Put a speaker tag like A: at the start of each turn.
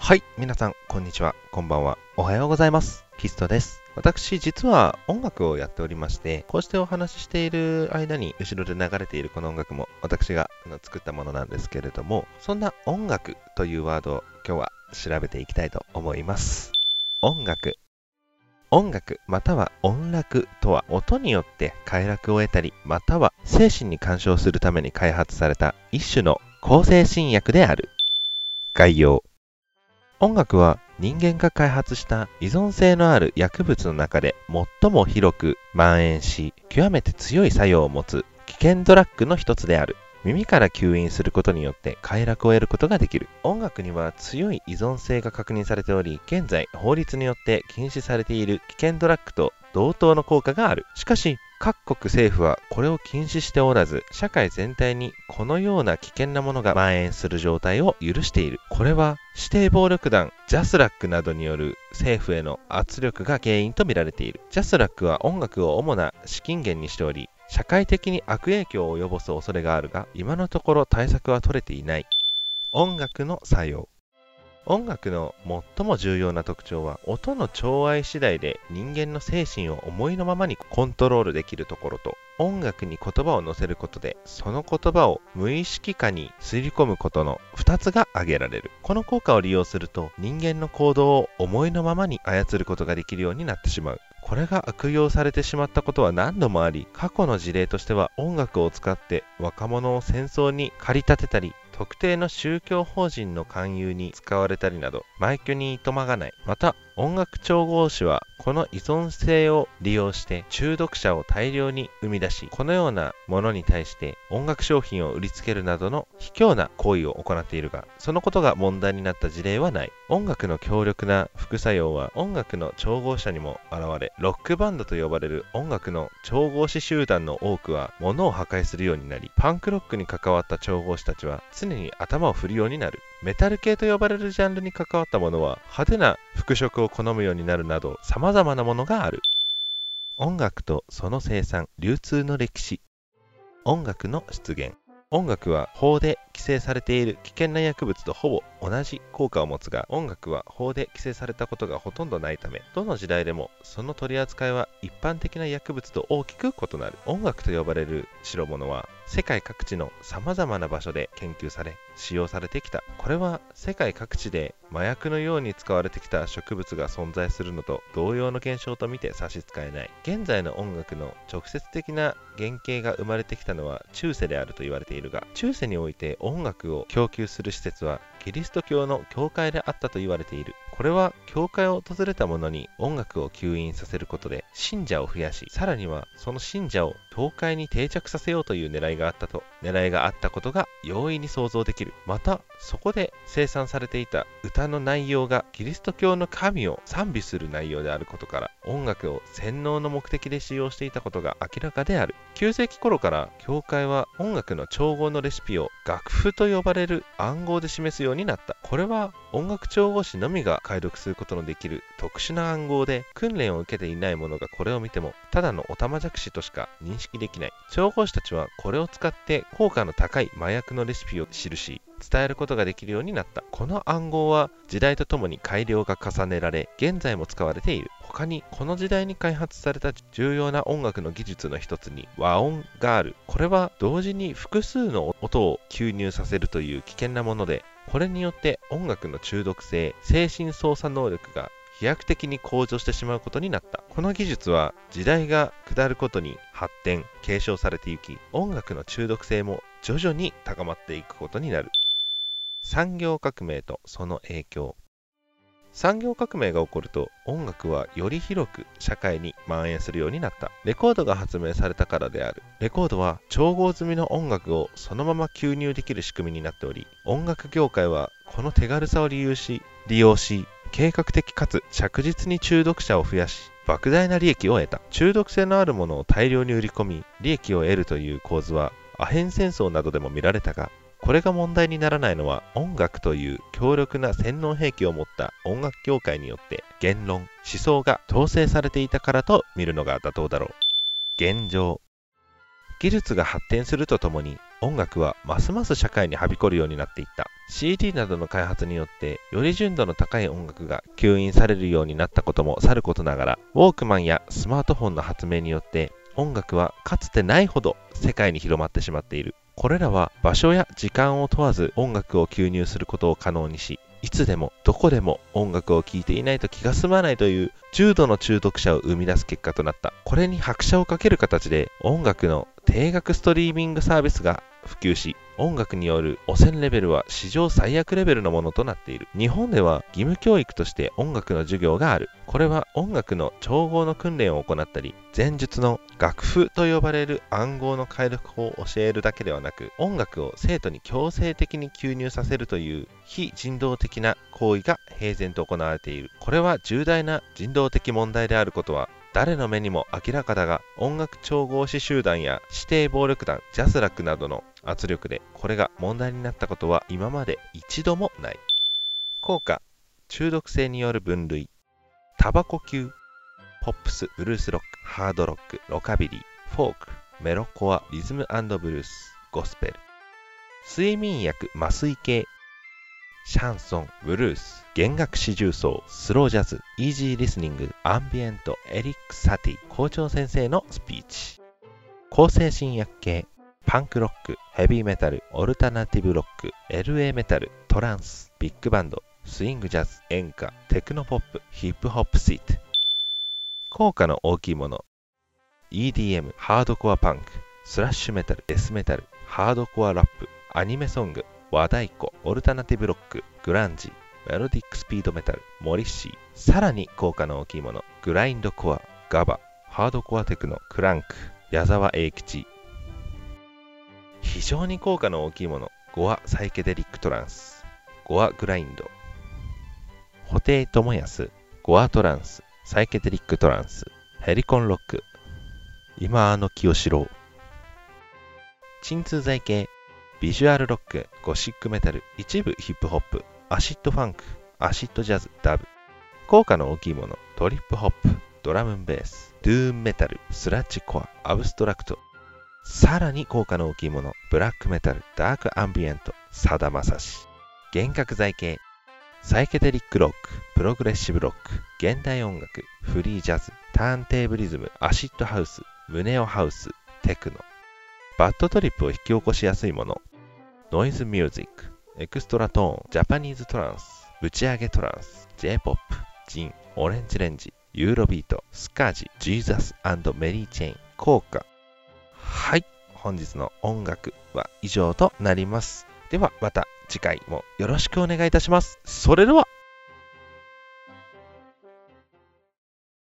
A: はい、皆さん、こんにちは、こんばんは、おはようございます。キストです。私、実は音楽をやっておりまして、こうしてお話ししている間に、後ろで流れているこの音楽も、私が作ったものなんですけれども、そんな音楽というワードを今日は調べていきたいと思います。音楽。音楽または音楽とは、音によって快楽を得たり、または精神に干渉するために開発された一種の向精神薬である。概要。音楽は人間が開発した依存性のある薬物の中で最も広く蔓延し、極めて強い作用を持つ危険ドラッグの一つである。耳から吸引することによって快楽を得ることができる。音楽には強い依存性が確認されており、現在法律によって禁止されている危険ドラッグと同等の効果がある。しかし、各国政府はこれを禁止しておらず、社会全体にこのような危険なものが蔓延する状態を許している。これは指定暴力団ジャスラックなどによる政府への圧力が原因と見られている。ジャスラックは音楽を主な資金源にしており、社会的に悪影響を及ぼす恐れがあるが、今のところ対策は取れていない。音楽の作用。音楽の最も重要な特徴は、音の調合次第で人間の精神を思いのままにコントロールできるところと、音楽に言葉を乗せることで、その言葉を無意識化にすり込むことの2つが挙げられる。この効果を利用すると、人間の行動を思いのままに操ることができるようになってしまう。これが悪用されてしまったことは何度もあり、過去の事例としては音楽を使って若者を戦争に駆り立てたり、特定の宗教法人の勧誘に使われたりなど、埋挙にいとまがない。また、音楽調合師はこの依存性を利用して中毒者を大量に生み出し、このようなものに対して音楽商品を売りつけるなどの卑怯な行為を行っているが、そのことが問題になった事例はない。音楽の強力な副作用は音楽の調合者にも現れ、ロックバンドと呼ばれる音楽の調合師集団の多くは物を破壊するようになり、パンクロックに関わった調合師たちは常に頭を振るようになる。メタル系と呼ばれるジャンルに関わったものは派手な服飾を好むようになるなど、様々なものがある。音楽とその生産、流通の歴史。音楽の出現。音楽は法で規制されている危険な薬物とほぼ同じ効果を持つが、音楽は法で規制されたことがほとんどないため、どの時代でもその取り扱いは一般的な薬物と大きく異なる。音楽と呼ばれる代物は世界各地の様々な場所で研究され、使用されてきた。これは世界各地で麻薬のように使われてきた植物が存在するのと同様の現象と見て差し支えない。現在の音楽の直接的な原型が生まれてきたのは中世であると言われているが、中世において音楽を供給する施設はキリスト教の教会であったと言われている。これは教会を訪れた者に音楽を吸引させることで信者を増やし、さらにはその信者を教会に定着させようという狙いがあったことが容易に想像できる。また、そこで生産されていた歌の内容がキリスト教の神を賛美する内容であることから、音楽を洗脳の目的で使用していたことが明らかである。9世紀頃から教会は音楽の調合のレシピを楽譜と呼ばれる暗号で示すようになった。これは音楽調合師のみが解読することのできる特殊な暗号で、訓練を受けていない者がこれを見てもただのオタマジャクシとしか認識できない。調合師たちはこれを使って効果の高い麻薬のレシピを記し、伝えることができるようになった。この暗号は時代とともに改良が重ねられ、現在も使われている。他にこの時代に開発された重要な音楽の技術の一つに和音がある。これは同時に複数の音を吸入させるという危険なもので、これによって音楽の中毒性、精神操作能力が飛躍的に向上してしまうことになった。この技術は時代が下ることに発展、継承されていき、音楽の中毒性も徐々に高まっていくことになる。産業革命とその影響。産業革命が起こると、音楽はより広く社会に蔓延するようになった。レコードが発明されたからである。レコードは調合済みの音楽をそのまま吸入できる仕組みになっており、音楽業界はこの手軽さを利用し、計画的かつ着実に中毒者を増やし、莫大な利益を得た。中毒性のあるものを大量に売り込み、利益を得るという構図はアヘン戦争などでも見られたが、これが問題にならないのは、音楽という強力な洗脳兵器を持った音楽業界によって言論、思想が統制されていたからと見るのが妥当だろう。現状。技術が発展するとともに、音楽はますます社会にはびこるようになっていった。 CD などの開発によってより純度の高い音楽が吸引されるようになったこともさることながら、ウォークマンやスマートフォンの発明によって音楽はかつてないほど世界に広まってしまっている。これらは場所や時間を問わず音楽を吸入することを可能にし、いつでもどこでも音楽を聴いていないと気が済まないという重度の中毒者を生み出す結果となった。これに拍車をかける形で音楽の定額ストリーミングサービスが普及し、音楽による汚染レベルは史上最悪レベルのものとなっている。日本では義務教育として音楽の授業がある。これは音楽の調合の訓練を行ったり、前述の楽譜と呼ばれる暗号の解読法を教えるだけではなく、音楽を生徒に強制的に吸入させるという非人道的な行為が平然と行われている。これは重大な人道的問題であることは誰の目にも明らかだが、音楽調合師集団や指定暴力団、ジャスラックなどの圧力でこれが問題になったことは今まで一度もない。効果、中毒性による分類、タバコ吸、ポップス、ブルースロック、ハードロック、ロカビリー、フォーク、メロコア、リズム&ブルース、ゴスペル、睡眠薬、麻酔系、シャンソン、ブルース、弦楽四重奏、スロージャズ、イージーリスニング、アンビエント、エリック・サティ、校長先生のスピーチ。向精神薬系、パンクロック、ヘビーメタル、オルタナティブロック、LA メタル、トランス、ビッグバンド、スイングジャズ、演歌、テクノポップ、ヒップホップシート。効果の大きいもの、EDM、ハードコアパンク、スラッシュメタル、デスメタル、ハードコアラップ、アニメソング、和太鼓、オルタナティブロック、グランジ、メロディックスピードメタル、モリッシー。さらに効果の大きいもの、グラインドコア、ガバ、ハードコアテクノ、クランク、矢沢永吉。非常に効果の大きいもの、ゴアサイケデリックトランス、ゴアグラインド、布袋寅泰、ゴアトランス、サイケデリックトランス、ヘリコンロック、今清志郎。鎮痛剤系、ビジュアルロック、ゴシックメタル、一部ヒップホップ、アシッドファンク、アシッドジャズ、ダブ。効果の大きいもの、トリップホップ、ドラムンベース、ドゥーンメタル、スラッジコア、アブストラクト。さらに効果の大きいもの、ブラックメタル、ダークアンビエント、さだまさし。弦楽剤系、サイケデリックロック、プログレッシブロック、現代音楽、フリージャズ、ターンテーブリズム、アシッドハウス、ムネオハウス、テクノ。バッドトリップを引き起こしやすいもの、ノイズミュージック、エクストラトーン、ジャパニーズトランス、打ち上げトランス、J-POP、ジン、オレンジレンジ、ユーロビート、スカジ、ジーザス&メリーチェイン。効果。はい、本日の音楽は以上となります。ではまた次回もよろしくお願いいたします。それでは。